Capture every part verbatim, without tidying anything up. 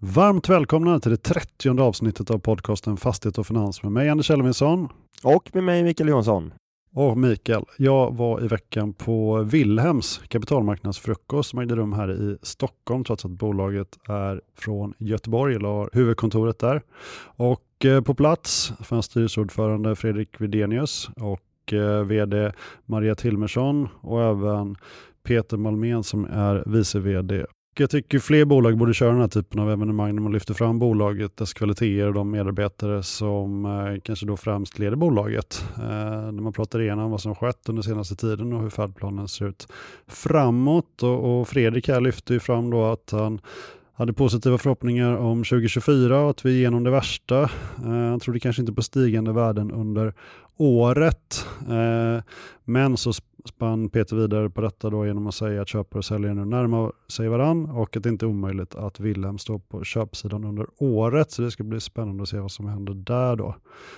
Varmt välkomna till det trettionde avsnittet av podcasten Fastighet och Finans med mig Anders Elvinsson. Och med mig Mikael Johansson. Och Mikael, jag var i veckan på Wilhelms kapitalmarknadsfrukost som ägde rum här i Stockholm trots att bolaget är från Göteborg eller har huvudkontoret där. Och eh, på plats fanns styrelseordförande Fredrik Widenius och eh, vd Maria Tilmersson och även Peter Malmén som är vice vd. Jag tycker fler bolag borde köra den här typen av evenemang när man lyfter fram bolaget, dess kvaliteter och de medarbetare som eh, kanske då främst leder bolaget. Eh, när man pratar igenom vad som skett under senaste tiden och hur färdplanen ser ut framåt. Och, och Fredrik här lyfter ju fram då att han hade positiva förhoppningar om tjugo tjugofyra och att vi är igenom det värsta. Eh, han trodde kanske inte på stigande värden under året. Eh, men så spann Peter vidare på detta då genom att säga att köpare och säljare nu närmar sig varann och att det inte är omöjligt att Wilhelm står på köpsidan under året. Så det ska bli spännande att se vad som händer där då.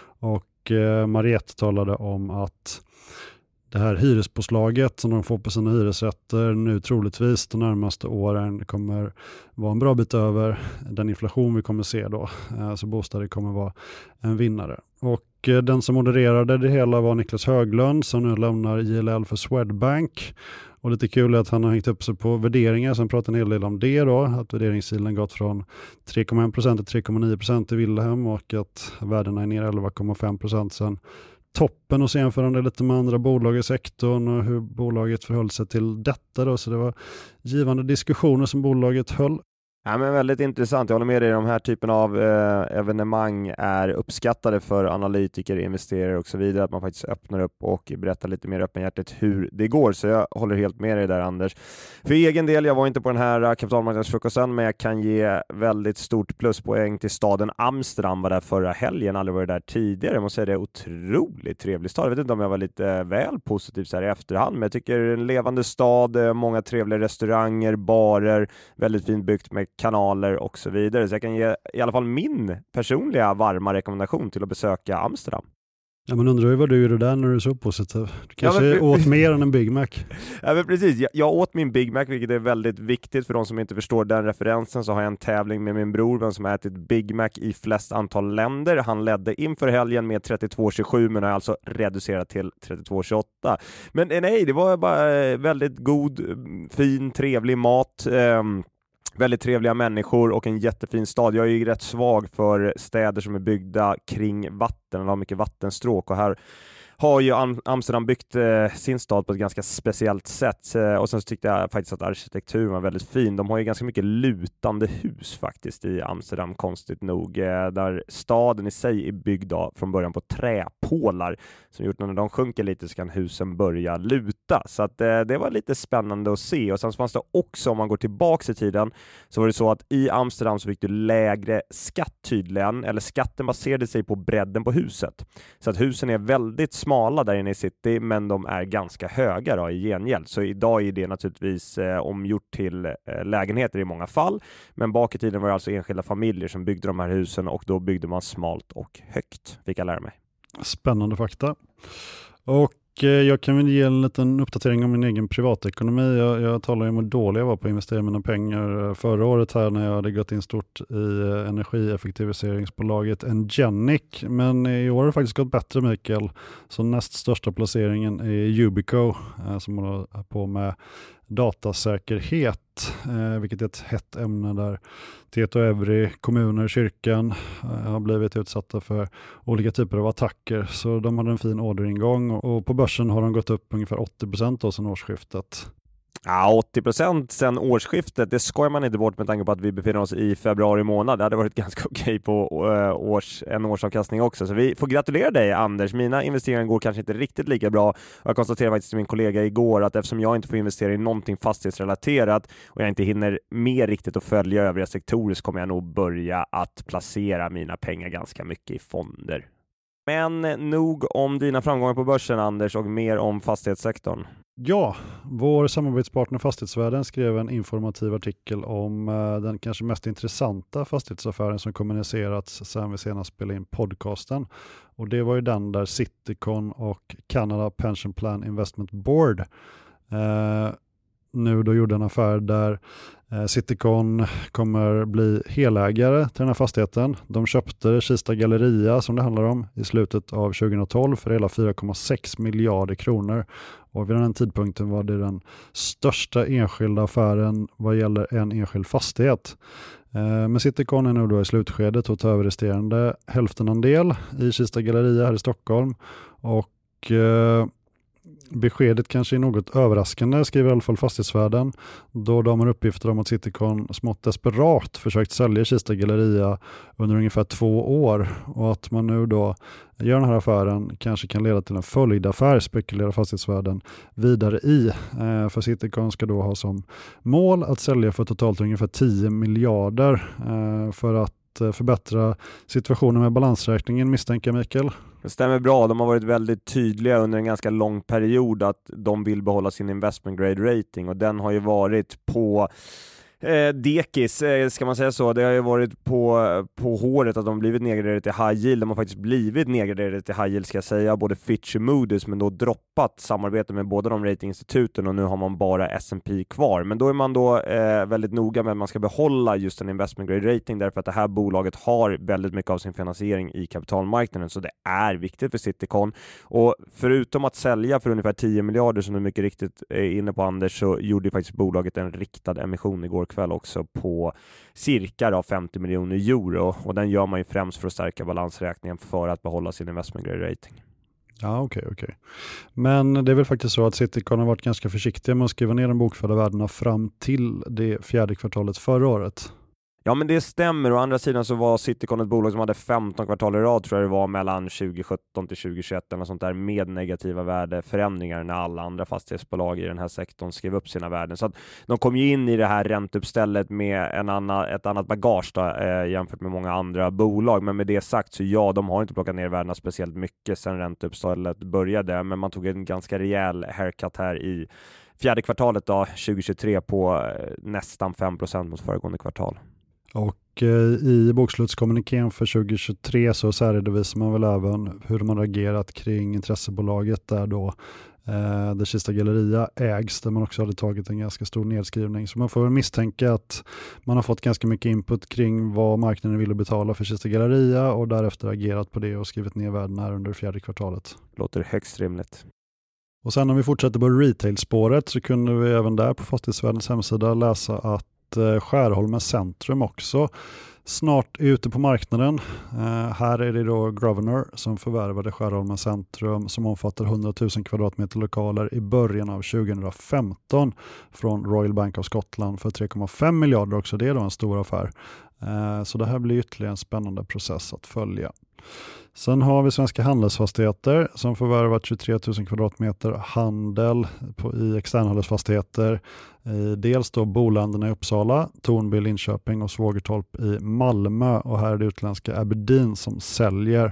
Och eh, Mariette talade om att det här hyrespåslaget som de får på sina hyresrätter nu troligtvis de närmaste åren kommer vara en bra bit över den inflation vi kommer se då. Så bostäder kommer vara en vinnare. Och den som modererade det hela var Niklas Höglund som nu lämnar J L L för Swedbank. Och lite kul är att han har hängt upp sig på värderingar som pratar en hel del om det då. Att värderingssilen gått från tre komma en procent till tre komma nio procent i Wilhelm och att värdena är ner elva komma fem procent sedan toppen och så jämförande lite med andra bolag i sektorn och hur bolaget förhöll sig till detta då. Så det var givande diskussioner som bolaget höll. Ja, men väldigt intressant. Jag håller med dig. De här typen av eh, evenemang är uppskattade för analytiker, investerare och så vidare. Att man faktiskt öppnar upp och berättar lite mer öppenhjärtigt hur det går. Så jag håller helt med dig där, Anders. För egen del, jag var inte på den här kapitalmarknadsfrukosten, men jag kan ge väldigt stort pluspoäng till staden Amsterdam. Var där förra helgen, aldrig varit där tidigare. Jag måste säga det är otroligt trevlig stad. Jag vet inte om jag var lite väl positiv så här i efterhand, men jag tycker det är en levande stad, många trevliga restauranger, barer, väldigt fint byggt med kanaler och så vidare. Så jag kan ge i alla fall min personliga varma rekommendation till att besöka Amsterdam. Ja, men undrar ju vad du gjorde där när du är så positiv. Du kanske ja, men, åt mer än en Big Mac. Ja, men precis. Jag, jag åt min Big Mac, vilket är väldigt viktigt för de som inte förstår den referensen. Så har jag en tävling med min bror, vem som har ätit Big Mac i flest antal länder. Han ledde inför helgen med trettiotvå tjugosju, men har alltså reducerat till trettiotvå tjugoåtta. Men nej, det var bara väldigt god, fin, trevlig mat. Um, Väldigt trevliga människor och en jättefin stad. Jag är ju rätt svag för städer som är byggda kring vatten eller har mycket vattenstråk. Och här har ju Amsterdam byggt eh, sin stad på ett ganska speciellt sätt. Eh, och sen så tyckte jag faktiskt att arkitekturen var väldigt fin. De har ju ganska mycket lutande hus faktiskt i Amsterdam, konstigt nog. Eh, där staden i sig är byggd av, från början på träpålar. Som gjort att när de sjunker lite så kan husen börja luta. Så att, eh, det var lite spännande att se. Och sen så fanns det också, om man går tillbaka i tiden, så var det så att i Amsterdam så fick du lägre skatt tydligen. Eller skatten baserade sig på bredden på huset. Så att husen är väldigt smala där inne i city, men de är ganska höga då, i gengäld. Så idag är det naturligtvis eh, omgjort till eh, lägenheter i många fall. Men bak i tiden var det alltså enskilda familjer som byggde de här husen och då byggde man smalt och högt, fick jag lära mig. Spännande fakta. Och jag kan väl ge en liten uppdatering om min egen privatekonomi. Jag, jag talar ju om hur dålig jag var på att investera mina pengar förra året här när jag hade gått in stort i energieffektiviseringsbolaget Engenic. Men i år har det faktiskt gått bättre, Mikael. Så näst största placeringen är Yubico som håller på med datasäkerhet, eh, vilket är ett hett ämne där Tieto Evry, kommuner, kyrkan eh, har blivit utsatta för olika typer av attacker. Så de hade en fin orderingång och, och på börsen har de gått upp ungefär åttio procent då sedan årsskiftet. Ja, åttio procent sedan årsskiftet, det skojar man inte bort med tanke på att vi befinner oss i februari månad. Det hade varit ganska okej på uh, års, en årsavkastning också. Så vi får gratulera dig, Anders. Mina investeringar går kanske inte riktigt lika bra. Och jag konstaterade faktiskt till min kollega igår att eftersom jag inte får investera i någonting fastighetsrelaterat och jag inte hinner mer riktigt att följa övriga sektorer så kommer jag nog börja att placera mina pengar ganska mycket i fonder. Men nog om dina framgångar på börsen, Anders, och mer om fastighetssektorn. Ja, vår samarbetspartner Fastighetsvärlden skrev en informativ artikel om eh, den kanske mest intressanta fastighetsaffären som kommunicerats sedan vi senast spelade in podcasten. Och det var ju den där Citycon och Canada Pension Plan Investment Board eh, nu då gjorde en affär där Citycon kommer bli helägare till den här fastigheten. De köpte Kista Galleria som det handlar om i slutet av tjugohundratolv för hela fyra komma sex miljarder kronor. Och vid den tidpunkten var det den största enskilda affären vad gäller en enskild fastighet. Men Citycon är nu då i slutskedet och tar över resterande hälftenandel i Kista Galleria här i Stockholm. Och eh, beskedet kanske är något överraskande, skriver i alla fall Fastighetsvärlden, då de har uppgifter om att Citycon smått desperat försökt sälja Kista Galleria under ungefär två år och att man nu då gör den här affären kanske kan leda till en följdaffär, spekulerar Fastighetsvärlden vidare i. Eh, för Citycon ska då ha som mål att sälja för totalt ungefär tio miljarder eh, för att förbättra situationen med balansräkningen, misstänker Mikael. Det stämmer bra. De har varit väldigt tydliga under en ganska lång period att de vill behålla sin investment grade rating och den har ju varit på eh, dekis, eh, ska man säga så. Det har ju varit på, på håret att de blivit nedgraderade till high yield. De har faktiskt blivit nedgraderade till high yield, ska jag säga, både Fitch och Moody's, men då droppat samarbete med båda de ratinginstituten och nu har man bara S and P kvar. Men då är man då eh, väldigt noga med att man ska behålla just en investment grade rating därför att det här bolaget har väldigt mycket av sin finansiering i kapitalmarknaden, så det är viktigt för Citycon. Och förutom att sälja för ungefär tio miljarder som du mycket riktigt är inne på, Anders, så gjorde faktiskt bolaget en riktad emission igår kväll också på cirka då femtio miljoner euro och den gör man ju främst för att stärka balansräkningen för att behålla sin investment grade rating. Ja, okej, okay, okej. Okay. Men det är väl faktiskt så att Citycon har varit ganska försiktiga med att skriva ner de bokförda värdena fram till det fjärde kvartalet förra året. Ja, men det stämmer. Å andra sidan så var Citycon ett bolag som hade femton kvartal i rad, tror jag det var, mellan tjugosjutton till tjugohundratjugoett eller sånt där, med negativa värdeförändringar när alla andra fastighetsbolag i den här sektorn skrev upp sina värden. Så att de kom ju in i det här ränteuppstället med en annan, ett annat bagage då, eh, jämfört med många andra bolag. Men med det sagt så ja, de har inte plockat ner värdena speciellt mycket sedan ränteuppstället började, men man tog en ganska rejäl haircut här i fjärde kvartalet då, tjugohundratjugotre på eh, nästan fem procent mot föregående kvartal. Och eh, i bokslutskommunikén för tjugohundratjugotre så särredovisar man väl även hur man agerat kring intressebolaget där då eh, där Kista Galleria ägs, där man också hade tagit en ganska stor nedskrivning. Så man får misstänka att man har fått ganska mycket input kring vad marknaden vill betala för Kista Galleria och därefter agerat på det och skrivit ner värdena här under fjärde kvartalet. Låter högst rimligt. Och sen om vi fortsätter på retail-spåret så kunde vi även där på Fastighetsvärdens hemsida läsa att Skärholmen Centrum också snart ute på marknaden. Eh, här är det då Grosvenor som förvärvade Skärholmen Centrum som omfattar hundra tusen kvadratmeter lokaler i början av tjugohundrafemton från Royal Bank of Scotland för tre komma fem miljarder också. Det är då en stor affär. Eh, så det här blir ytterligare en spännande process att följa. Sen har vi Svenska Handelsfastigheter som förvärvat tjugotre tusen kvadratmeter handel på, i externhandelsfastigheter. I dels då Boländerna i Uppsala, Tornby, Linköping och Svågertorp i Malmö. Och här är det utländska Aberdeen som säljer.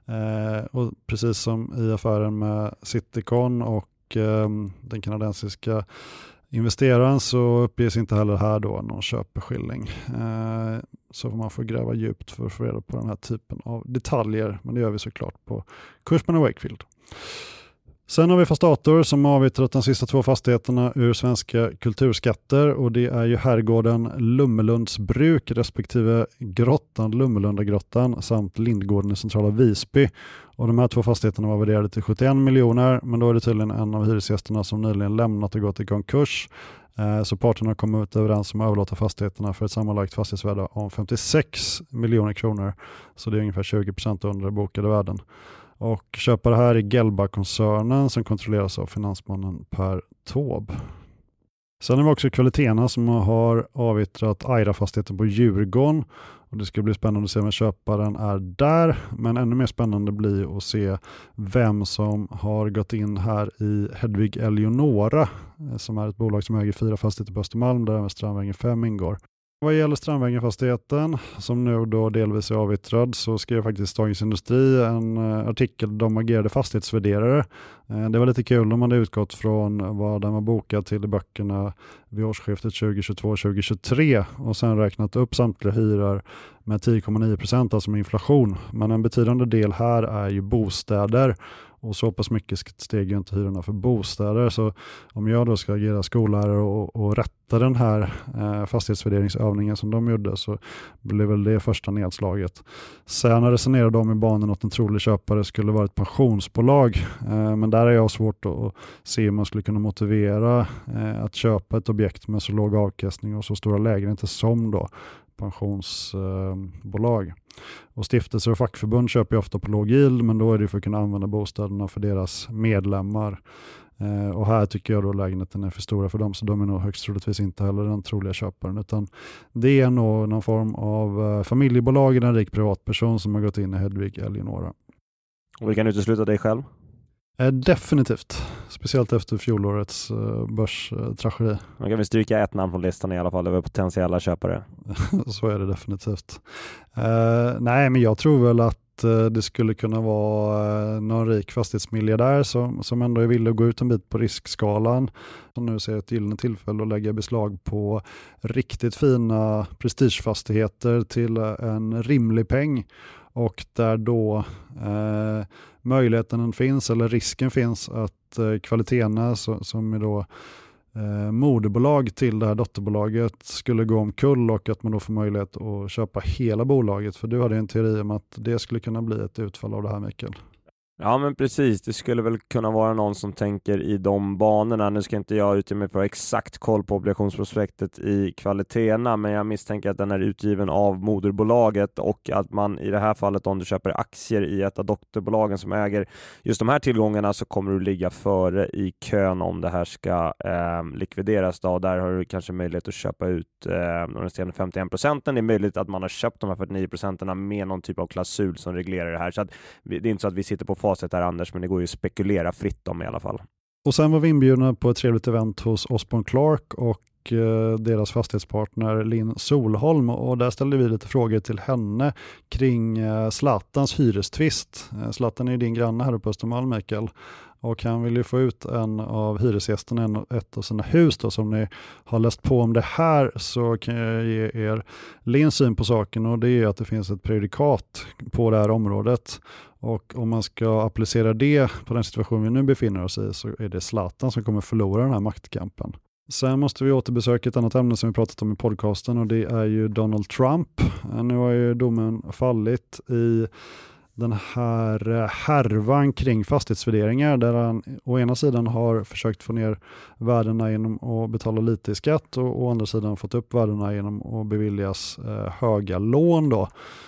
Eh, och precis som i affären med Citycon och eh, den kanadensiska investeraren så uppges inte heller här då någon köpeskilling. Eh, så man får gräva djupt för att få reda på den här typen av detaljer. Men det gör vi såklart på Cushman och Wakefield. Sen har vi Fastator som har avyttrat de sista två fastigheterna ur svenska kulturskatter och det är ju herrgården Lummelunds bruk respektive grottan Lummelundagrottan samt Lindgården i centrala Visby. Och de här två fastigheterna var värderade till sjuttioen miljoner, men då är det tydligen en av hyresgästerna som nyligen lämnat och gått i konkurs. Så parterna har kommit överens om att överlåta fastigheterna för ett sammanlagt fastighetsvärde om femtiosex miljoner kronor. Så det är ungefär tjugo procent under bokade värden. Och köpare här är Gelba-koncernen som kontrolleras av finansmannen Per Taube. Sen har vi också Kvalitetena som har avyttrat Aira-fastigheten på Djurgården. Och det ska bli spännande att se vem köparen är där. Men ännu mer spännande blir att se vem som har gått in här i Hedvig Eleonora som är ett bolag som äger fyra fastigheter på Östermalm där även Strandvägen fem ingår. Vad gäller Strandvägen-fastigheten som nu då delvis är avyttrad så skrev faktiskt Dagens Industri en artikel där de agerade fastighetsvärderare. Det var lite kul, de hade utgått från vad den var bokad till i böckerna vid årsskiftet tjugohundratjugotvå tjugohundratjugotre och sen räknat upp samtliga hyror med tio komma nio procent, alltså med inflation. Men en betydande del här är ju bostäder och så pass mycket steg ju inte hyrorna för bostäder. Så om jag då ska agera skollärare och, och rätta den här eh, fastighetsvärderingsövningen som de gjorde, så blev väl det första nedslaget. Sen resonerade de i banan att en trolig köpare skulle vara ett pensionsbolag, eh, men där är jag svårt att se om man skulle kunna motivera eh, att köpa ett objekt med så låg avkastning och så stora lägenheter som då pensionsbolag. Eh, och stiftelser och fackförbund köper ju ofta på låg yield, men då är det för att kunna använda bostäderna för deras medlemmar. Eh, och här tycker jag då lägenheten är för stora för dem, så de är nog högst troligtvis inte heller den troliga köparen, utan det är nog någon form av eh, familjebolag eller en rik privatperson som har gått in i Hedvig Eleonora. Och vi kan utesluta dig själv? Eh, definitivt. Speciellt efter fjolårets eh, börstragedi. Man kan vi stryka ett namn från listan i alla fall över potentiella köpare. Så är det definitivt. Eh, nej, men jag tror väl att eh, det skulle kunna vara eh, någon rik fastighetsmiljardär som, som ändå är villig att gå ut en bit på riskskalan. Som nu ser ett gyllene tillfälle att lägga beslag på riktigt fina prestigefastigheter till en rimlig peng. Och där då eh, möjligheten finns, eller risken finns, att eh, Kvaliteterna så, som är då eh, moderbolag till det här dotterbolaget skulle gå omkull, och att man då får möjlighet att köpa hela bolaget. För du hade en teori om att det skulle kunna bli ett utfall av det här, Mikael. Ja, men precis. Det skulle väl kunna vara någon som tänker i de banorna. Nu ska inte jag utge mig för exakt koll på obligationsprospektet i Kvaliteterna, men jag misstänker att den är utgiven av moderbolaget, och att man i det här fallet, om du köper aktier i ett av dotterbolagen som äger just de här tillgångarna, så kommer du ligga före i kön om det här ska eh, likvideras. Då. Där har du kanske möjlighet att köpa ut eh, de resterande femtioen procenten. Det är möjligt att man har köpt de här fyrtionio procenten med någon typ av klausul som reglerar det här. Så att det är inte så att vi sitter på facit här, Anders, men det går ju att spekulera fritt om i alla fall. Och sen var vi inbjudna på ett trevligt event hos Osborne Clark och eh, deras fastighetspartner Linn Solholm, och där ställde vi lite frågor till henne kring eh, Zlatans hyrestvist. Eh, Zlatan är ju din granne här uppe på Östermalm, Mikael, och han vill ju få ut en av hyresgästerna, en, ett av sina hus då. Som ni har läst på om det här, så kan jag ge er Linns syn på saken, och det är att det finns ett prejudikat på det här området. Och om man ska applicera det på den situation vi nu befinner oss i, så är det Zlatan som kommer förlora den här maktkampen. Sen måste vi återbesöka ett annat ämne som vi pratat om i podcasten, och det är ju Donald Trump. Nu har ju domen fallit i den här härvan kring fastighetsvärderingar, där han å ena sidan har försökt få ner värdena genom att betala lite i skatt, och å andra sidan fått upp värdena genom att beviljas eh, höga lån då.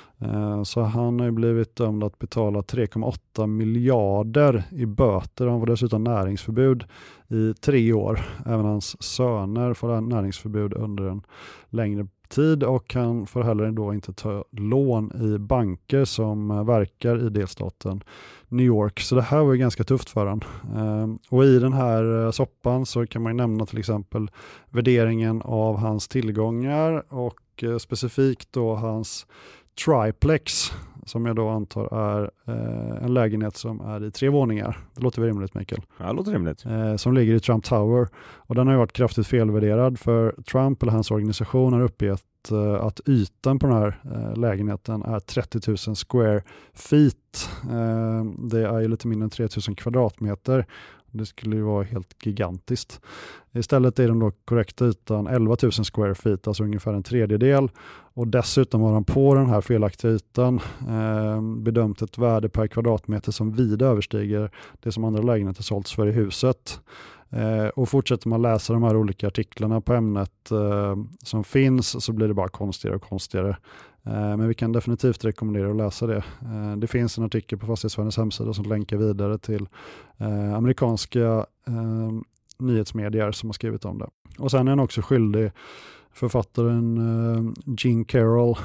Så han har blivit dömd att betala tre komma åtta miljarder i böter. Han får dessutom näringsförbud i tre år. Även hans söner får näringsförbud under en längre tid, och han får heller då inte ta lån i banker som verkar i delstaten New York. Så det här var ju ganska tufft för han. Och i den här soppan så kan man ju nämna till exempel värderingen av hans tillgångar, och specifikt då hans triplex, som jag då antar är eh, en lägenhet som är i tre våningar. Det låter väl rimligt, Mikael? Ja, det låter rimligt. Eh, som ligger i Trump Tower. Och den har varit kraftigt felvärderad, för Trump eller hans organisation har uppgett eh, att ytan på den här eh, lägenheten är trettio tusen square feet. Eh, det är ju lite mindre än tre tusen kvadratmeter. Det skulle ju vara helt gigantiskt. Istället är den då korrekta ytan elva tusen square feet, alltså ungefär en tredjedel. Och dessutom har han på den här felaktiga ytan eh, bedömt ett värde per kvadratmeter som vida överstiger det som andra lägenheter sålts för i huset. Eh, och fortsätter man läsa de här olika artiklarna på ämnet eh, som finns, så blir det bara konstigare och konstigare. Men vi kan definitivt rekommendera att läsa det. Det finns en artikel på Fastighetsvärdens hemsida som länkar vidare till amerikanska nyhetsmedier som har skrivit om det. Och sen är han också skyldig författaren Gene Carroll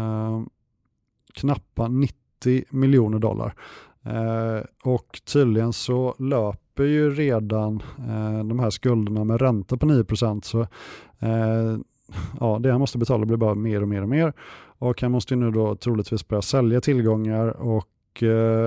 knappa nittio miljoner dollar. Och tydligen så löper ju redan de här skulderna med ränta på nio procent, så ja, det han måste betala blir bara mer och mer och mer. Och han måste ju nu då troligtvis börja sälja tillgångar, och eh,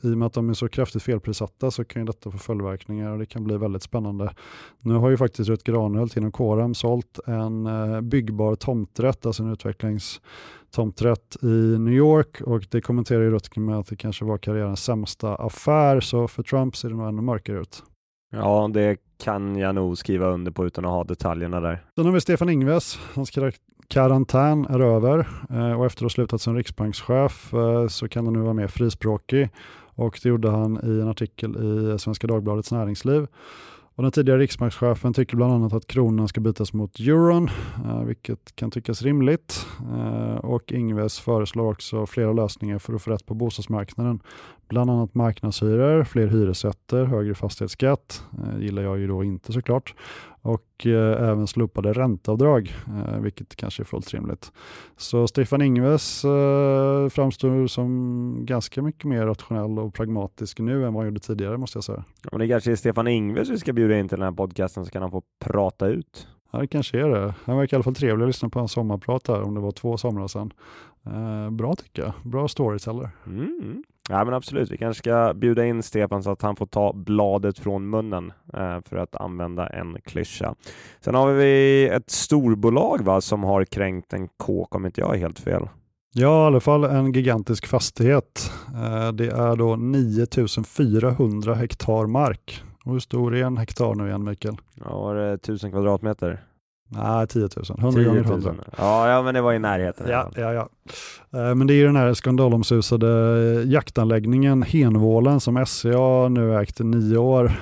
i och med att de är så kraftigt felprissatta så kan ju detta få följdverkningar och det kan bli väldigt spännande. Nu har ju faktiskt Rutger Arnhult inom Coram sålt en eh, byggbar tomträtt, alltså en utvecklingstomträtt i New York, och det kommenterar ju Rutger med att det kanske var karriärens sämsta affär, så för Trump ser det nog ännu mörkare ut. Ja, det kan jag nog skriva under på utan att ha detaljerna där. Sen har vi Stefan Ingves. Hans karantän är över eh, och efter att ha slutat som riksbankschef eh, så kan han nu vara mer frispråkig, och det gjorde han i en artikel i Svenska Dagbladets Näringsliv. Och den tidigare riksbankschefen tycker bland annat att kronan ska bytas mot euron, eh, vilket kan tyckas rimligt. Eh, och Ingves föreslår också flera lösningar för att få rätt på bostadsmarknaden. Bland annat marknadshyror, fler hyresrätter, högre fastighetsskatt, eh, gillar jag ju då inte såklart. Och eh, även slopade ränteavdrag, eh, vilket kanske är fullt rimligt. Så Stefan Ingves eh, framstår som ganska mycket mer rationell och pragmatisk nu än vad han gjorde tidigare, måste jag säga. Ja, men det kanske är Stefan Ingves vi ska bjuda in till den här podcasten, så kan han få prata ut. Ja, det kanske är det. Han verkar i alla fall trevlig att lyssna på en sommarprat här, om det var två somrar sedan. Eh, bra tycker jag. Bra storyteller. Mm. Ja, men absolut. Vi kanske ska bjuda in Stefan så att han får ta bladet från munnen eh, för att använda en klyscha. Sen har vi ett storbolag va, som har kränkt en kåk, om inte jag är helt fel. Ja, i alla fall en gigantisk fastighet. Eh, det är då nio tusen fyrahundra hektar mark. Och hur stor är en hektar nu igen, Mikael? Ja, var det tusen kvadratmeter? Nej, tio tusen. hundra gånger hundra. Ja, ja, men det var i närheten. Ja, ja, ja. Men det är ju den här skandalomsusade jaktanläggningen Henvålen som S C A nu ägt i nio år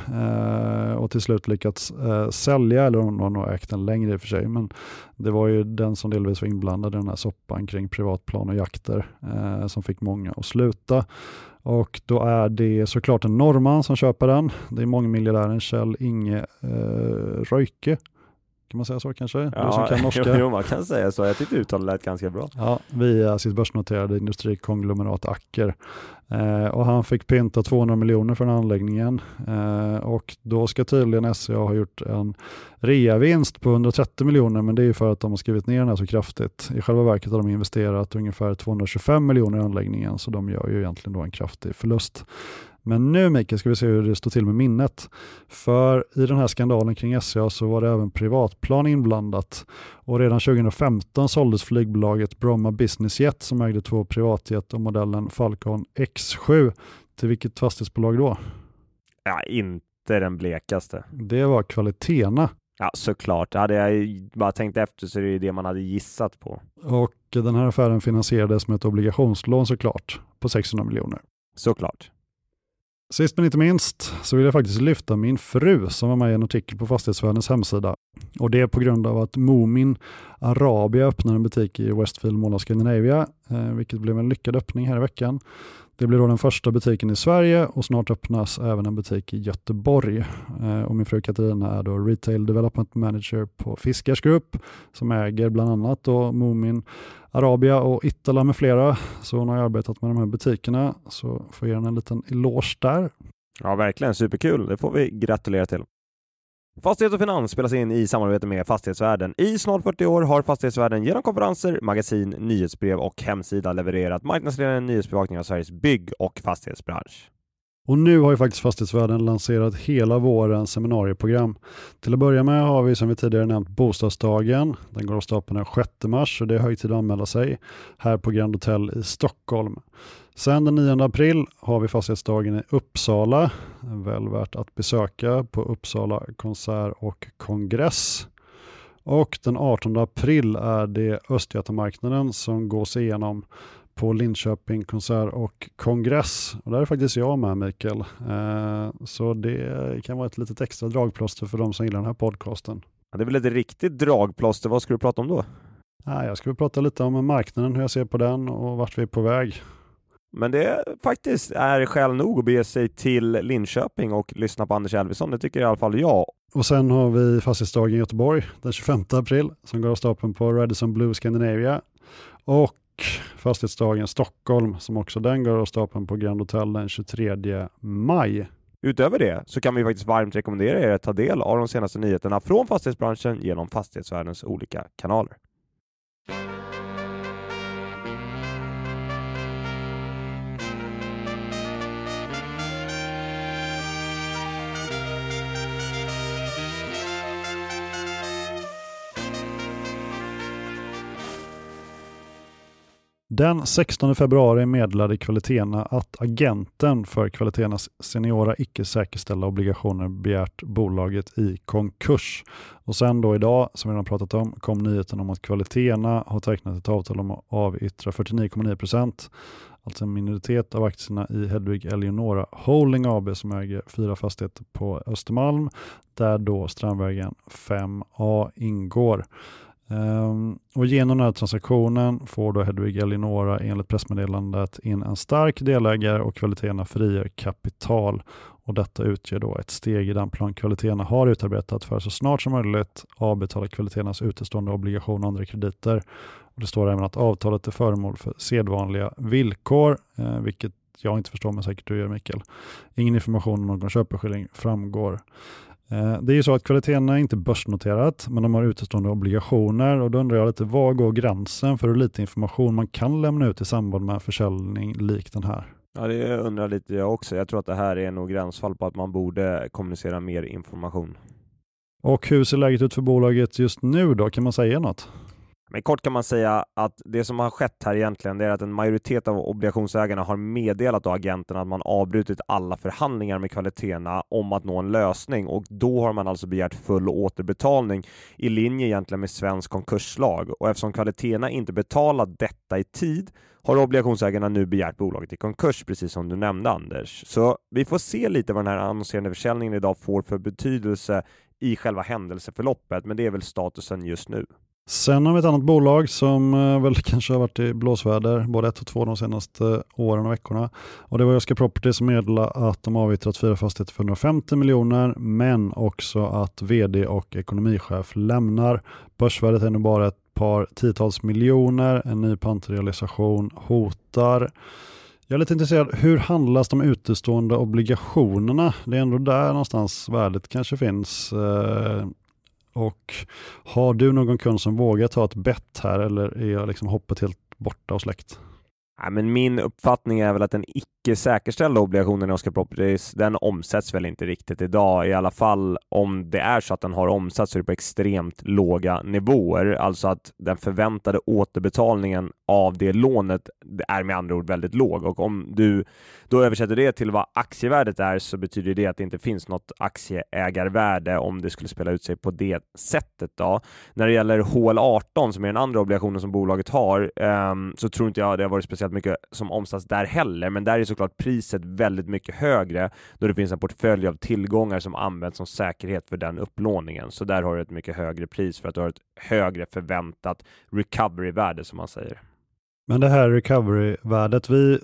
och till slut lyckats sälja, eller de har nog ägt den längre i och för sig, men det var ju den som delvis var inblandad i den här soppan kring privatplan och jakter som fick många att sluta. Och då är det såklart en norrman som köper den. Det är mångmiljardären Kjell Inge eh, Röjke. Kan man säga så kanske? Ja, du som kan norska. Jo, man kan säga så. Jag tyckte uttalet lät ganska bra. Ja, via sitt börsnoterade industrikonglomerat Acker. Eh, och han fick pynta tvåhundra miljoner för den anläggningen. Eh, och då ska tydligen S C A ha gjort en reavinst på hundratrettio miljoner, men det är ju för att de har skrivit ner den här så kraftigt. I själva verket har de investerat ungefär tvåhundratjugofem miljoner i anläggningen, så de gör ju egentligen då en kraftig förlust. Men nu, Mikael, ska vi se hur det står till med minnet. För i den här skandalen kring S C A så var det även privatplan inblandat. Och redan tjugohundrafemton såldes flygbolaget Bromma Business Jet som ägde två privatjet och modellen Falcon X sju. Till vilket fastighetsbolag då? Ja, inte den blekaste. Det var Kvalitena. Ja, såklart. Hade jag bara tänkt efter så är det det man hade gissat på. Och den här affären finansierades med ett obligationslån såklart på sexhundra miljoner. Såklart. Sist men inte minst så vill jag faktiskt lyfta min fru som var med i en artikel på Fastighetsvärdens hemsida. Och det är på grund av att Moomin Arabia öppnar en butik i Westfield Mall of Scandinavia, eh, vilket blev en lyckad öppning här i veckan. Det blir då den första butiken i Sverige och snart öppnas även en butik i Göteborg. Eh, och min fru Katarina är då Retail Development Manager på Fiskars Group som äger bland annat då Moomin Arabia och Itala med flera. Så hon har arbetat med de här butikerna, så får jag en liten eloge där. Ja, verkligen superkul. Det får vi gratulera till. Fastighet och finans spelas in i samarbete med Fastighetsvärden. I snart fyrtio år har Fastighetsvärden genom konferenser, magasin, nyhetsbrev och hemsida levererat marknadsledande nyhetsbevakning av Sveriges bygg- och fastighetsbransch. Och nu har ju faktiskt Fastighetsvärden lanserat hela vårens seminarieprogram. Till att börja med har vi som vi tidigare nämnt Bostadsdagen. Den går av stapeln den sjätte mars och det är hög tid att anmäla sig här på Grand Hotel i Stockholm. Sen den nionde april har vi Fastighetsdagen i Uppsala. Väl värt att besöka på Uppsala konsert och kongress. Och den artonde april är det Östgötamarknaden som gås igenom på Linköping konsert och kongress. Och där är faktiskt jag med, Mikael. Eh, så det kan vara ett litet extra dragplåster för de som gillar den här podcasten. Ja, det är väl ett riktigt dragplåster. Vad ska du prata om då? Nej, jag ska prata lite om marknaden, hur jag ser på den och vart vi är på väg. Men det faktiskt är skäl nog att bege sig till Linköping och lyssna på Anders Elfsson. Det tycker i alla fall jag. Och sen har vi Fastighetsdagen i Göteborg den tjugofemte april som går av stapeln på Radisson Blu Scandinavia. Och Fastighetsdagen Stockholm som också den går av stapeln på Grand Hotel den tjugotredje maj. Utöver det så kan vi faktiskt varmt rekommendera er att ta del av de senaste nyheterna från fastighetsbranschen genom Fastighetsvärdens olika kanaler. Den sextonde februari meddelade Kvaliteena att agenten för Kvalitenas seniora icke säkerställda obligationer begärt bolaget i konkurs. Och sen då idag, som vi redan pratat om, kom nyheten om att Kvaliteena har tecknat ett avtal om att avyttra fyrtionio komma nio procent, alltså en minoritet av aktierna i Hedvig Eleonora Holding A B som äger fyra fastigheter på Östermalm, där då Strandvägen fem A ingår. Um, och genom den här transaktionen får då Hedvig Eleonora enligt pressmeddelandet in en stark delägare och Kvaliteena frigör kapital. Och detta utgör då ett steg i den plan Kvaliteena har utarbetat för så snart som möjligt avbetala Kvalitenas utestående obligation och andra krediter. Och det står även att avtalet är föremål för sedvanliga villkor, eh, vilket jag inte förstår, men säkert du gör, Mikael. Ingen information om någon köpeskilling framgår. Det är ju så att Kvaliteena är inte börsnoterat, men de har utestående obligationer, och då undrar jag lite, var går gränsen för hur lite information man kan lämna ut i samband med försäljning lik den här? Ja, det undrar lite jag också. Jag tror att det här är nog gränsfall på att man borde kommunicera mer information. Och hur ser läget ut för bolaget just nu då? Kan man säga något? Men kort kan man säga att det som har skett här egentligen, det är att en majoritet av obligationsägarna har meddelat då agenterna att man avbrutit alla förhandlingar med Kvaliteena om att nå en lösning, och då har man alltså begärt full återbetalning i linje egentligen med svensk konkurslag. Och eftersom Kvaliteena inte betalat detta i tid har obligationsägarna nu begärt bolaget i konkurs, precis som du nämnde, Anders. Så vi får se lite vad den här annonserande försäljningen idag får för betydelse i själva händelseförloppet, men det är väl statusen just nu. Sen har vi ett annat bolag som väl kanske har varit i blåsväder både ett och två de senaste åren och veckorna. Och det var Oscar Property som meddelade att de avyttrat fyra fastigheter för hundrafemtio miljoner, men också att vd och ekonomichef lämnar. Börsvärdet är nu bara ett par tiotals miljoner. En ny pantrealisation hotar. Jag är lite intresserad, hur handlas de utestående obligationerna? Det är ändå där någonstans värdet kanske finns. Och har du någon kund som vågar ta ett bett här, eller är jag liksom hoppet helt borta och släckt? Ja, men min uppfattning är väl att den icke säkerställda obligationen i Oscar Properties, den omsätts väl inte riktigt idag. I alla fall om det är så att den har omsatts så är det på extremt låga nivåer. Alltså att den förväntade återbetalningen av det lånet är med andra ord väldigt låg. Och om du då översätter det till vad aktievärdet är, så betyder det att det inte finns något aktieägarvärde om det skulle spela ut sig på det sättet då. När det gäller H L arton som är den andra obligationen som bolaget har, um, så tror inte jag det har varit speciellt mycket som omsatts där heller, men där är såklart priset väldigt mycket högre då det finns en portfölj av tillgångar som används som säkerhet för den upplåningen. Så där har du ett mycket högre pris för att du har ett högre förväntat recovery-värde, som man säger. Men det här recovery-värdet, vi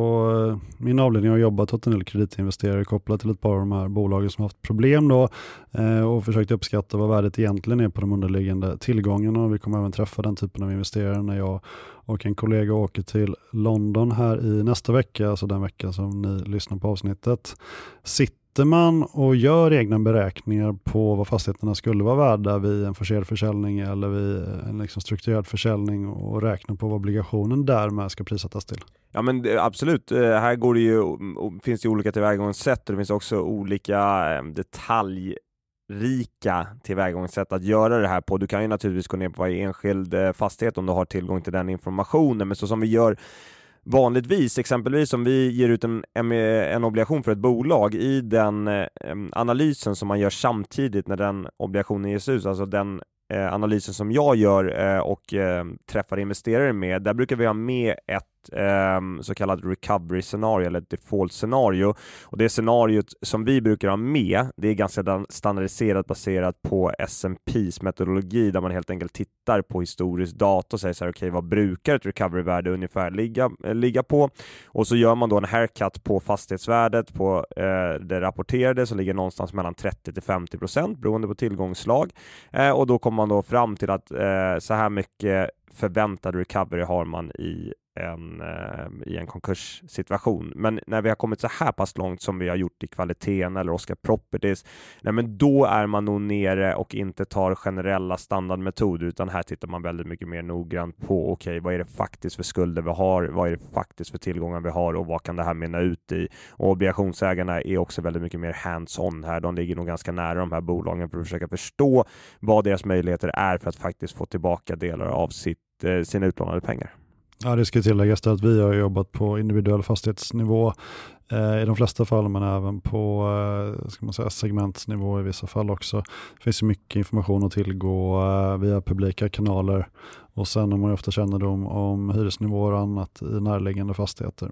på min avdelning har jobbat åt en del kreditinvesterare kopplat till ett par av de här bolagen som har haft problem då, eh, och försökt uppskatta vad värdet egentligen är på de underliggande tillgångarna. Och vi kommer även träffa den typen av investerare när jag och en kollega åker till London här i nästa vecka, alltså den vecka som ni lyssnar på avsnittet. Sitter man och gör egna beräkningar på vad fastigheterna skulle vara värda vid en forcerad försäljning eller vid en liksom strukturerad försäljning, och räknar på vad obligationen därmed ska prissättas till? Ja, men absolut. Här går det ju, finns det olika tillvägagångssätt, och det finns också olika detalj rika tillvägagångssätt att göra det här på. Du kan ju naturligtvis gå ner på varje enskild fastighet om du har tillgång till den informationen, men så som vi gör vanligtvis, exempelvis om vi ger ut en, en obligation för ett bolag, i den eh, analysen som man gör samtidigt när den obligationen ges ut, alltså den eh, analysen som jag gör eh, och eh, träffar investerare med, där brukar vi ha med ett Um, så kallat recovery-scenario eller ett default-scenario, och det scenariot som vi brukar ha med, det är ganska standardiserat baserat på S and P:s metodologi, där man helt enkelt tittar på historisk data och säger så här, okej, okay, vad brukar ett recovery-värde ungefär ligga, äh, ligga på, och så gör man då en haircut på fastighetsvärdet på äh, det rapporterade, som ligger någonstans mellan trettio till femtio procent beroende på tillgångslag, äh, och då kommer man då fram till att äh, så här mycket förväntad recovery har man i En, eh, i en konkurssituation. Men när vi har kommit så här pass långt som vi har gjort i Kvaliteena eller Oscar Properties, nej, men då är man nog nere och inte tar generella standardmetoder, utan här tittar man väldigt mycket mer noggrant på, okej, okay, vad är det faktiskt för skulder vi har, vad är det faktiskt för tillgångar vi har, och vad kan det här mynna ut i? Och obligationsägarna är också väldigt mycket mer hands-on här. De ligger nog ganska nära de här bolagen för att försöka förstå vad deras möjligheter är för att faktiskt få tillbaka delar av sitt, eh, sina utlånade pengar. Ja, det ska tilläggas att vi har jobbat på individuell fastighetsnivå eh, i de flesta fall, men även på eh, ska man säga, segmentsnivå i vissa fall också. Det finns ju mycket information att tillgå eh, via publika kanaler, och sen har man ju ofta kännedom om hyresnivåer och annat i närliggande fastigheter.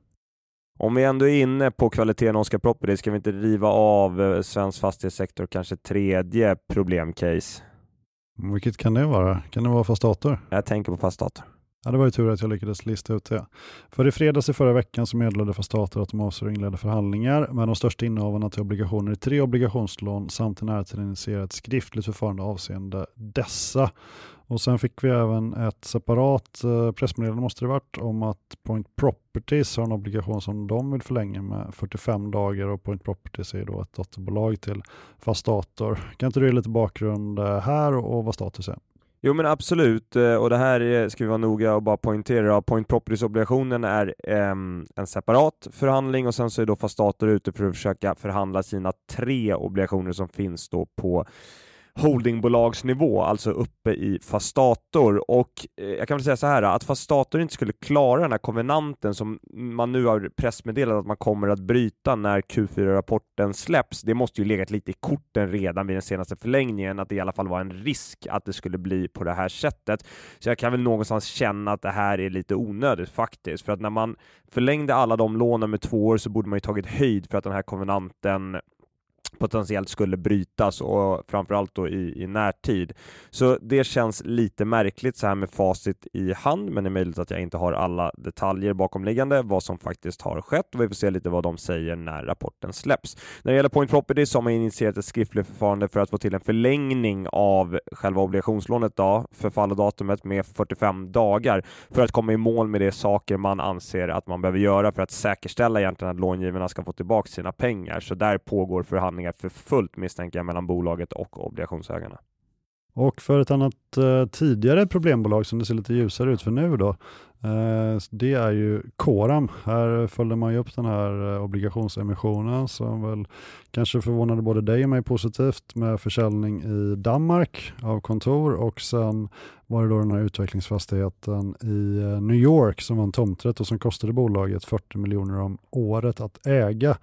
Om vi ändå är inne på kvaliteten Oscar Property, ska vi inte riva av eh, svensk fastighetssektor kanske tredje problemcase? Vilket kan det vara? Kan det vara Fastator? Jag tänker på Fastator. Ja, det var ju tur att jag lyckades lista ut det. För i fredags i förra veckan så meddelade Fastator att de avser att inleda förhandlingar med de största innehavarna till obligationer i tre obligationslån samt i närtid initierat skriftligt förfarande avseende dessa. Och sen fick vi även ett separat eh, pressmeddelande måste det varit om att Point Properties har en obligation som de vill förlänga med fyrtiofem dagar, och Point Properties är då ett dotterbolag till Fastator. Kan inte du ge lite bakgrund här och vad status är? Jo men absolut, och det här ska vi vara noga och bara poängtera. Point Properties-obligationen är eh, en separat förhandling, och sen så är då Fastator ute för att försöka förhandla sina tre obligationer som finns då på holdingbolagsnivå, alltså uppe i Fastator. Och eh, jag kan väl säga så här, att Fastator inte skulle klara den här konvenanten som man nu har pressmeddelat att man kommer att bryta när Q fyra-rapporten släpps. Det måste ju legat lite i korten redan vid den senaste förlängningen, att det i alla fall var en risk att det skulle bli på det här sättet. Så jag kan väl någonstans känna att det här är lite onödigt faktiskt, för att när man förlängde alla de lånen med två år så borde man ju tagit höjd för att den här konvenanten potentiellt skulle brytas, och framförallt då i, i närtid. Så det känns lite märkligt så här med facit i hand, men det är möjligt att jag inte har alla detaljer bakomliggande vad som faktiskt har skett, och vi får se lite vad de säger när rapporten släpps. När det gäller Point Property så har man initierat ett skriftligt förfarande för att få till en förlängning av själva obligationslånet då, förfalldatumet med fyrtiofem dagar, för att komma i mål med de saker man anser att man behöver göra för att säkerställa egentligen att långivarna ska få tillbaka sina pengar. Så där pågår förhandlingar för fullt, misstänker jag, mellan bolaget och obligationsägarna. Och för ett annat eh, tidigare problembolag som det ser lite ljusare ut för nu då, eh, det är ju Coram. Här följde man ju upp den här eh, obligationsemissionen som väl kanske förvånade både dig och mig positivt, med försäljning i Danmark av kontor, och sen var det då den här utvecklingsfastigheten i eh, New York som var en tomträtt och som kostade bolaget fyrtio miljoner om året att äga.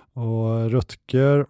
Och Rutger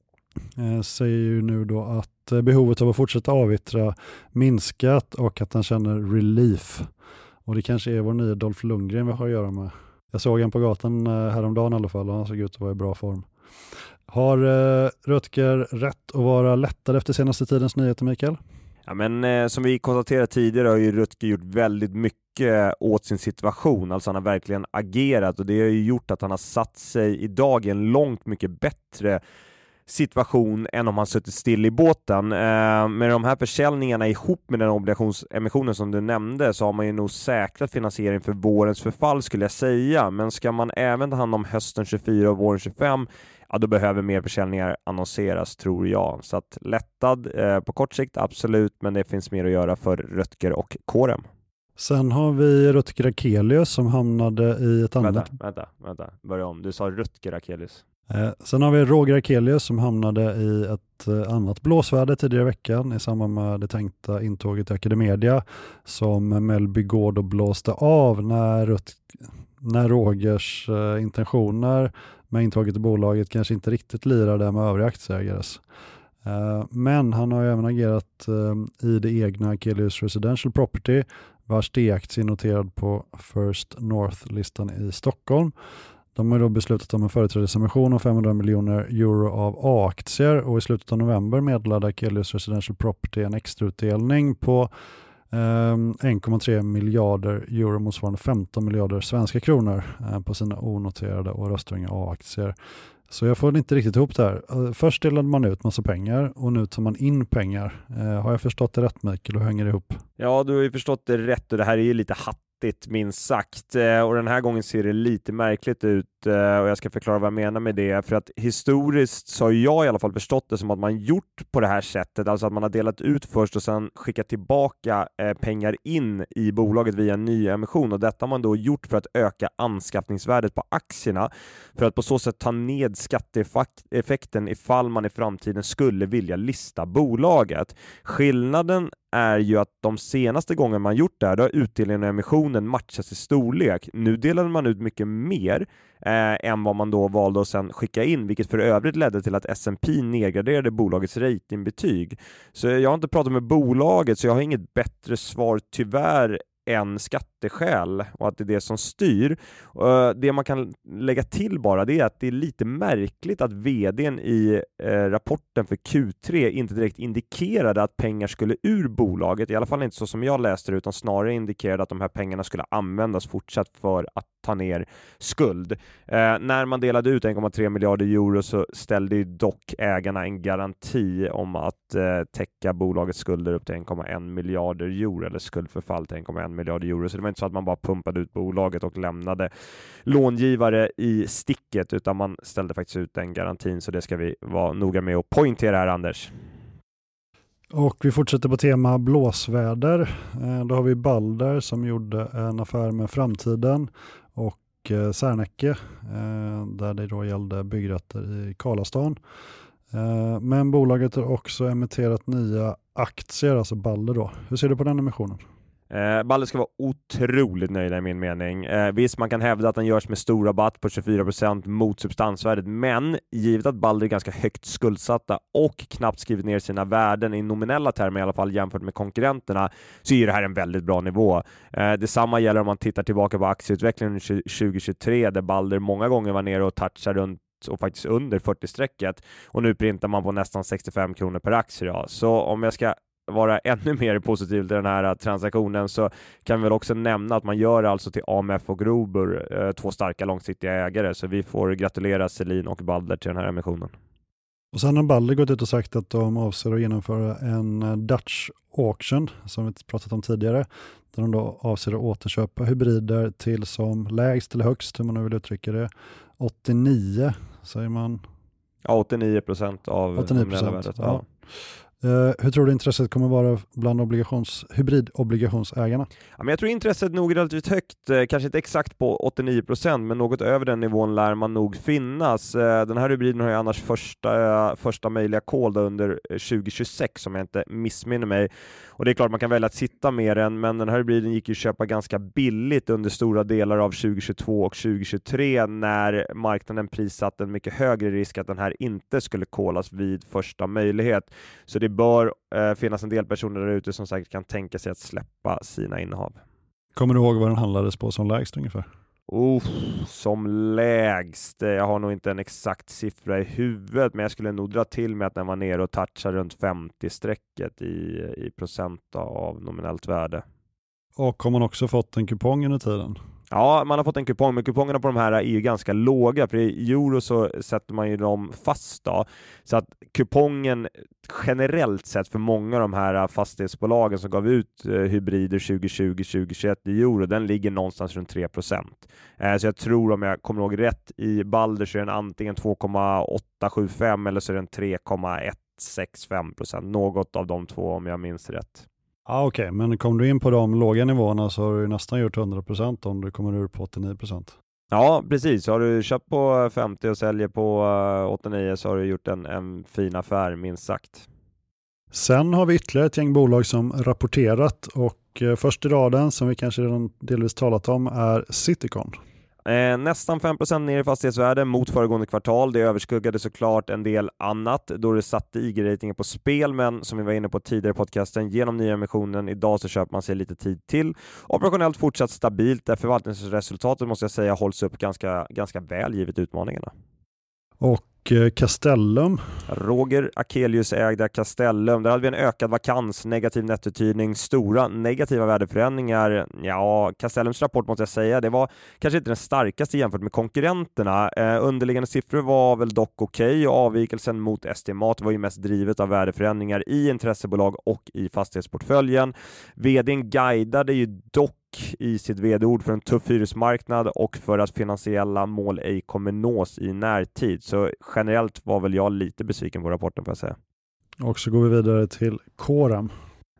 eh, säger ju nu då att eh, behovet av att fortsätta avyttra minskat och att han känner relief. Och det kanske är vår nya Dolph Lundgren vi har att göra med. Jag såg han på gatan eh, häromdagen i alla fall, och han såg ut att vara i bra form. Har eh, Rutger rätt att vara lättare efter senaste tidens nyheter, Mikael? Ja, men eh, som vi konstaterade tidigare har ju Rutger gjort väldigt mycket åt sin situation. Alltså han har verkligen agerat, och det har ju gjort att han har satt sig idag i en långt mycket bättre situation än om han suttit still i båten. Eh, med de här försäljningarna ihop med den obligationsemissionen som du nämnde så har man ju nog säkrat finansiering för vårens förfall, skulle jag säga. Men ska man även ta hand om hösten tjugofyra och våren tjugofem, ja, då behöver mer försäljningar annonseras, tror jag. Så att lättad eh, på kort sikt, absolut, men det finns mer att göra för Rutger och Coram. Sen har vi Rutger Akelius som hamnade i ett annat... Vänta, vänta, vänta. Börja om. Du sa Rutger Akelius. Eh, sen har vi Roger Akelius som hamnade i ett eh, annat blåsväder tidigare i veckan i samband med det tänkta intåget i Academedia, som Mellby Gård blåste av när, Rut- när Rogers eh, intentioner med intåget i bolaget kanske inte riktigt lirade med övriga aktieägares. Eh, men han har ju även agerat eh, i det egna Akelius Residential Property, vars D-aktie är noterad på First North-listan i Stockholm. De har då beslutat om en företrädesemission om femhundra miljoner euro av A-aktier, och i slutet av november meddelade Akelius Residential Property en extrautdelning på eh, en komma tre miljarder euro, motsvarande femton miljarder svenska kronor eh, på sina onoterade och röstringa A-aktier. Så jag får inte riktigt ihop det här. Först delade man ut massa pengar och nu tar man in pengar. Eh, har jag förstått det rätt, Mikael? Hur hänger det ihop? Ja, du har ju förstått det rätt, och det här är ju lite hattigt minst sagt. Och den här gången ser det lite märkligt ut och jag ska förklara vad jag menar med det. För att historiskt så har jag i alla fall förstått det som att man gjort på det här sättet, alltså att man har delat ut först och sen skickat tillbaka pengar in i bolaget via en ny emission, och detta har man då gjort för att öka anskaffningsvärdet på aktierna, för att på så sätt ta ned skatteeffekten ifall man i framtiden skulle vilja lista bolaget. Skillnaden är ju att de senaste gångerna man gjort det här, då har utdelningen och emissionen matchats i storlek. Nu delade man ut mycket mer eh, än vad man då valde att sen skicka in, vilket för övrigt ledde till att S and P nedgraderade bolagets ratingbetyg. Så jag har inte pratat med bolaget, så jag har inget bättre svar tyvärr än skatteskäl, och att det är det som styr. Det man kan lägga till bara, det är att det är lite märkligt att vdn i eh, rapporten för Q tre inte direkt indikerade att pengar skulle ur bolaget, i alla fall inte så som jag läste det, utan snarare indikerade att de här pengarna skulle användas fortsatt för att ta ner skuld. Eh, när man delade ut en komma tre miljarder euro så ställde ju dock ägarna en garanti om att eh, täcka bolagets skulder upp till en komma en miljarder euro, eller skuldförfall till en komma en miljarder euro. Så det var inte så att man bara pumpade ut bolaget och lämnade långivare i sticket, utan man ställde faktiskt ut den garantin, så det ska vi vara noga med att poängtera här, Anders. Och vi fortsätter på tema blåsväder. Då har vi Balder som gjorde en affär med Framtiden och Serneke, där det då gällde byggrätter i Karlastan. Men bolaget har också emitterat nya aktier, alltså Balder då. Hur ser du på den emissionen? Eh, Balder ska vara otroligt nöjda i min mening. Eh, visst, man kan hävda att den görs med stor rabatt på tjugofyra procent mot substansvärdet, men givet att Balder är ganska högt skuldsatta och knappt skrivit ner sina värden i nominella termer i alla fall jämfört med konkurrenterna, så är det här en väldigt bra nivå. Eh, detsamma gäller om man tittar tillbaka på aktieutvecklingen tjugo tjugotre, där Balder många gånger var nere och touchade runt och faktiskt under fyrtio-strecket, och nu printar man på nästan sextiofem kronor per aktie. Ja. Så om jag ska vara ännu mer positiv till den här transaktionen, så kan vi väl också nämna att man gör alltså till A M F och Grobur, två starka långsiktiga ägare, så vi får gratulera Selin och Balder till den här emissionen. Och sen har Balder gått ut och sagt att de avser att genomföra en Dutch auction, som vi pratat om tidigare, där de då avser att återköpa hybrider till som lägst eller högst, hur man nu vill uttrycka det, åttionio säger man. Ja, åttionio procent av åttionio procent, värdet. Ja. Ja. Uh, hur tror du intresset kommer vara bland obligations, hybridobligationsägarna? Ja, men jag tror intresset nog är relativt högt, eh, kanske inte exakt på åttionio procent, men något över den nivån lär man nog finnas. Eh, den här hybriden har ju annars första, eh, första möjliga call under tjugo tjugosex, om jag inte missminner mig. Och det är klart man kan välja att sitta med den, men den här hybriden gick ju att köpa ganska billigt under stora delar av tjugo tjugotvå och tjugo tjugotre, när marknaden prissatte en mycket högre risk att den här inte skulle callas vid första möjlighet. Så det bör eh, finnas en del personer där ute som säkert kan tänka sig att släppa sina innehav. Kommer du ihåg vad den handlades på som lägst ungefär? Oh, som lägst. Jag har nog inte en exakt siffra i huvudet, men jag skulle nog dra till med att den var nere och touchade runt femtio-strecket i, i procent av nominellt värde. Och har man också fått en kupong under tiden? Ja, man har fått en kupong, men kupongerna på de här är ju ganska låga, för i euro så sätter man ju dem fast då. Så att kupongen generellt sett för många av de här fastighetsbolagen som gav ut eh, hybrider tjugo tjugo tjugo tjugoett i euro, den ligger någonstans runt tre procent. Eh, så jag tror, om jag kommer ihåg rätt, i Balder så är den antingen två komma åtta sju fem eller så är den tre komma ett sex fem procent. Något av de två, om jag minns rätt. Ja, okej, okay. Men kom du in på de låga nivåerna så har du nästan gjort hundra procent om du kommer ur på åttionio procent. Ja, precis. Har du köpt på femtio och säljer på åttionio så har du gjort en, en fin affär, minst sagt. Sen har vi ytterligare ett gäng bolag som rapporterat, och eh, först i raden, som vi kanske redan delvis talat om, är Citycon. Eh, nästan fem procent ner i fastighetsvärde mot föregående kvartal. Det överskuggade såklart en del annat då det satte I G-ratingen på spel, men som vi var inne på tidigare i podcasten, genom nya emissionen idag så köper man sig lite tid till. Operationellt fortsatt stabilt, där förvaltningsresultatet måste jag säga hålls upp ganska, ganska väl givet utmaningarna. Och Castellum. Roger Akelius ägda Castellum. Där hade vi en ökad vakans, negativ nettouthyrning, stora negativa värdeförändringar. Ja, Castellums rapport måste jag säga, det var kanske inte den starkaste jämfört med konkurrenterna. Eh, underliggande siffror var väl dock okej, okay, och avvikelsen mot estimat var ju mest drivet av värdeförändringar i intressebolag och i fastighetsportföljen. V D:n guidade ju dock i sitt vd-ord för en tuff hyresmarknad och för att finansiella mål ej kommer nås i närtid. Så generellt var väl jag lite besviken på rapporten, får jag säga. Och så går vi vidare till Coram.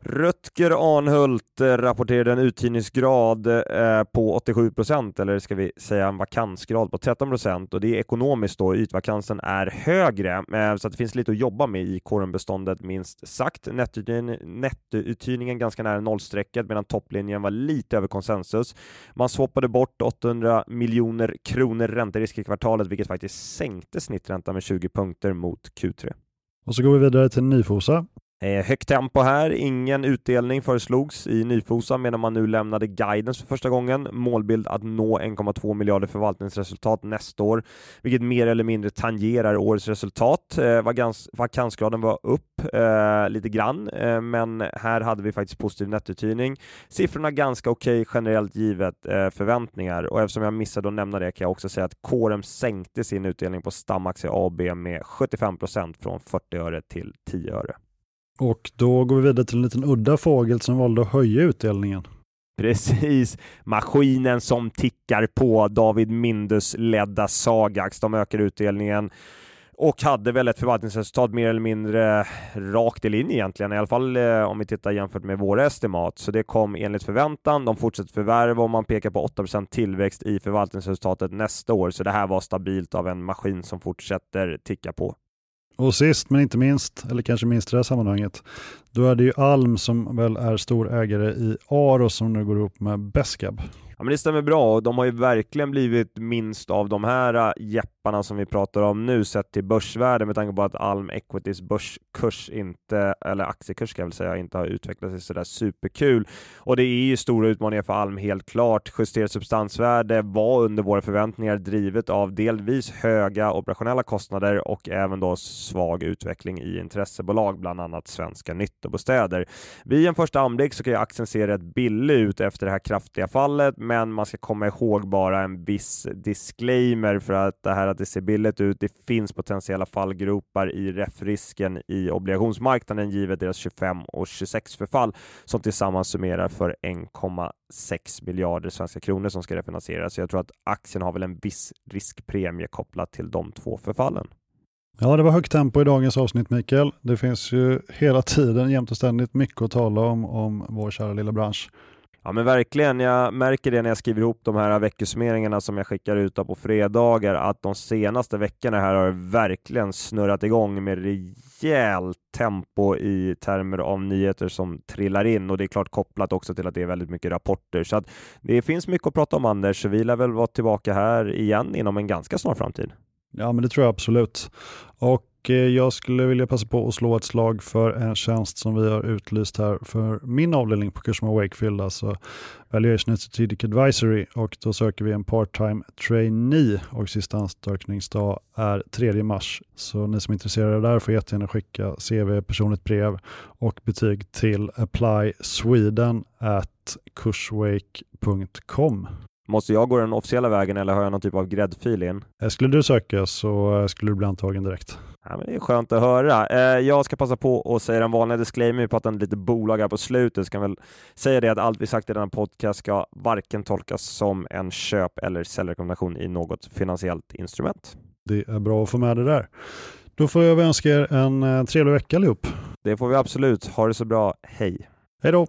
Rutger Arnhult rapporterade en uthyrningsgrad eh, på åttiosju procent, eller ska vi säga en vakansgrad på tretton procent, och det är ekonomiskt då. Ytvakansen är högre, eh, så att det finns lite att jobba med i Coram-beståndet minst sagt. Nettouthyrningen ganska nära nollstrecket, medan topplinjen var lite över konsensus. Man swappade bort åttahundra miljoner kronor ränterisk i kvartalet, vilket faktiskt sänkte snitträntan med tjugo punkter mot Q tre. Och så går vi vidare till Nyfosa. Eh, högt tempo här, ingen utdelning föreslogs i Nyfosa medan man nu lämnade guidance för första gången. Målbild att nå en komma två miljarder förvaltningsresultat nästa år, vilket mer eller mindre tangerar årets resultat. Eh, vagans, vakansgraden var upp eh, lite grann, eh, men här hade vi faktiskt positiv nettouthyrning. Siffrorna ganska okej generellt givet eh, förväntningar, och eftersom jag missade att nämna det kan jag också säga att Coram sänkte sin utdelning på Stamaktie A B med sjuttiofem procent från fyrtio öre till tio öre. Och då går vi vidare till en liten udda fågel som valde att höja utdelningen. Precis, maskinen som tickar på, David Mindus ledda Sagax. De ökar utdelningen och hade väl ett förvaltningsresultat mer eller mindre rakt i linje egentligen, i alla fall eh, om vi tittar jämfört med våra estimat. Så det kom enligt förväntan, de fortsätter förvärva och man pekar på åtta procent tillväxt i förvaltningsresultatet nästa år. Så det här var stabilt av en maskin som fortsätter ticka på. Och sist men inte minst, eller kanske minst i det här sammanhanget, då är det ju Alm som väl är stor ägare i Aros som nu går ihop med Beskab. Ja, men det stämmer bra, och de har ju verkligen blivit minst av de här jepparna som vi pratar om nu sett till börsvärde, med tanke på att Alm Equities börskurs inte, eller aktiekurs ska jag väl säga, inte har utvecklat sig sådär superkul. Och det är ju stora utmaningar för Alm helt klart. Justerat substansvärde var under våra förväntningar, drivet av delvis höga operationella kostnader och även då svag utveckling i intressebolag, bland annat Svenska Nyttobostäder. Vid en första anblick så kan ju aktien se rätt billig ut efter det här kraftiga fallet, men man ska komma ihåg bara en viss disclaimer för att det här att det ser billigt ut. Det finns potentiella fallgropar i refrisken i obligationsmarknaden givet deras tjugofem och tjugosex förfall som tillsammans summerar för en komma sex miljarder svenska kronor som ska refinansieras. Så jag tror att aktien har väl en viss riskpremie kopplat till de två förfallen. Ja, det var högt tempo i dagens avsnitt, Mikael. Det finns ju hela tiden jämt och ständigt mycket att tala om om vår kära lilla bransch. Ja, men verkligen, jag märker det när jag skriver ihop de här veckosummeringarna som jag skickar ut på fredagar, att de senaste veckorna här har verkligen snurrat igång med rejält tempo i termer av nyheter som trillar in, och det är klart kopplat också till att det är väldigt mycket rapporter. Så att det finns mycket att prata om, Anders, så vi lär väl vara tillbaka här igen inom en ganska snar framtid. Ja, men det tror jag absolut. Och jag skulle vilja passa på att slå ett slag för en tjänst som vi har utlyst här för min avdelning på Cushman Wakefield, alltså Valuation and Strategic Advisory, och då söker vi en part-time trainee och sista ansökningsdag är tredje mars. Så ni som är intresserade där får jättegärna skicka C V, personligt brev och betyg till applysweden at cushwake punkt com. Måste jag gå den officiella vägen eller har jag någon typ av gräddfil in? Skulle du söka så skulle du bli antagen direkt. Ja, men det är skönt att höra. Eh, jag ska passa på att säga den vanliga disclaimer. Vi pratar lite bolag här på slutet. Så kan väl säga det att allt vi sagt i denna podcast ska varken tolkas som en köp- eller säljrekommendation i något finansiellt instrument. Det är bra att få med det där. Då får jag önska er en trevlig vecka allihop. Det får vi absolut. Ha det så bra. Hej! Hej då!